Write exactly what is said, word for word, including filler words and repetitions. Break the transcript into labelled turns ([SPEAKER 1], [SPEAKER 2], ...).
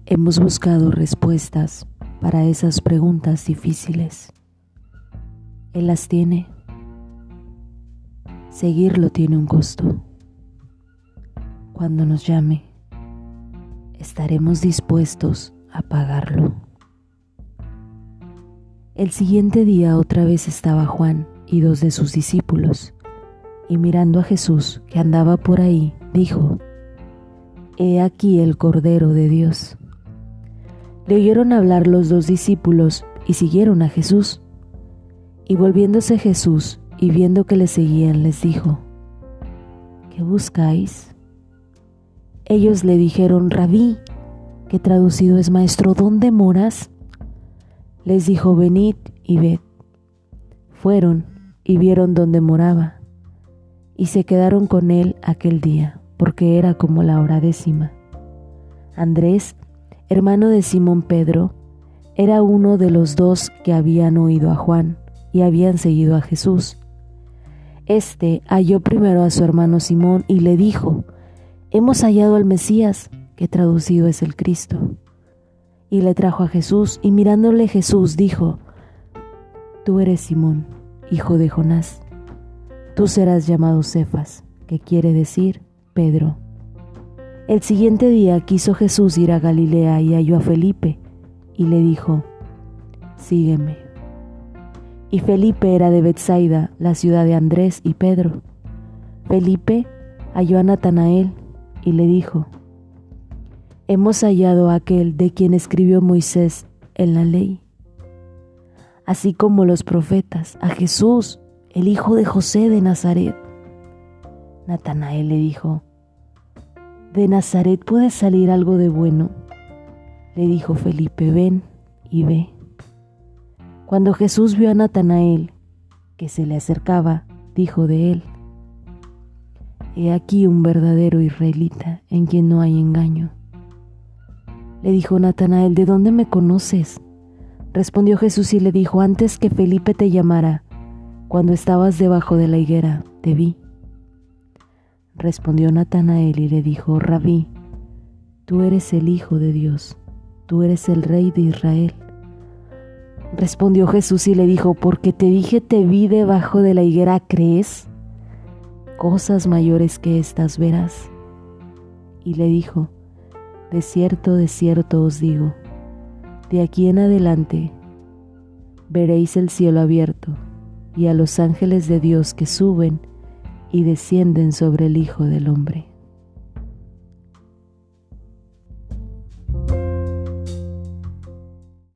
[SPEAKER 1] Hemos buscado respuestas para esas preguntas difíciles. Él las tiene. Seguirlo tiene un costo. Cuando nos llame, estaremos dispuestos a pagarlo. El siguiente día otra vez estaba Juan y dos de sus discípulos, y mirando a Jesús que andaba por ahí, dijo: He aquí el Cordero de Dios. Le oyeron hablar los dos discípulos y siguieron a Jesús. Y volviéndose Jesús y viendo que le seguían, les dijo: ¿Qué buscáis? Ellos le dijeron: Rabí, que traducido es maestro, ¿dónde moras? Les dijo: Venid y ved. Fueron y vieron dónde moraba, y se quedaron con él aquel día, porque era como la hora décima. Andrés, hermano de Simón Pedro, era uno de los dos que habían oído a Juan y habían seguido a Jesús. Este halló primero a su hermano Simón y le dijo: Hemos hallado al Mesías, que traducido es el Cristo. Y le trajo a Jesús, y mirándole Jesús dijo: Tú eres Simón, hijo de Jonás. Tú serás llamado Cefas, que quiere decir Pedro. El siguiente día quiso Jesús ir a Galilea y halló a Felipe, y le dijo: Sígueme. Y Felipe era de Betsaida, la ciudad de Andrés y Pedro. Felipe halló a Natanael y le dijo: Hemos hallado a aquel de quien escribió Moisés en la ley, así como los profetas, a Jesús, el hijo de José de Nazaret. Natanael le dijo: ¿De Nazaret puede salir algo de bueno? Le dijo Felipe: Ven y ve. Cuando Jesús vio a Natanael, que se le acercaba, dijo de él: He aquí un verdadero israelita, en quien no hay engaño. Le dijo Natanael: ¿De dónde me conoces? Respondió Jesús y le dijo: Antes que Felipe te llamara, cuando estabas debajo de la higuera, te vi. Respondió Natanael y le dijo: Rabí, tú eres el Hijo de Dios, tú eres el Rey de Israel. Respondió Jesús y le dijo: Porque te dije te vi debajo de la higuera, ¿crees? Cosas mayores que estas verás. Y le dijo: De cierto, de cierto os digo, de aquí en adelante veréis el cielo abierto y a los ángeles de Dios que suben y descienden sobre el Hijo del Hombre.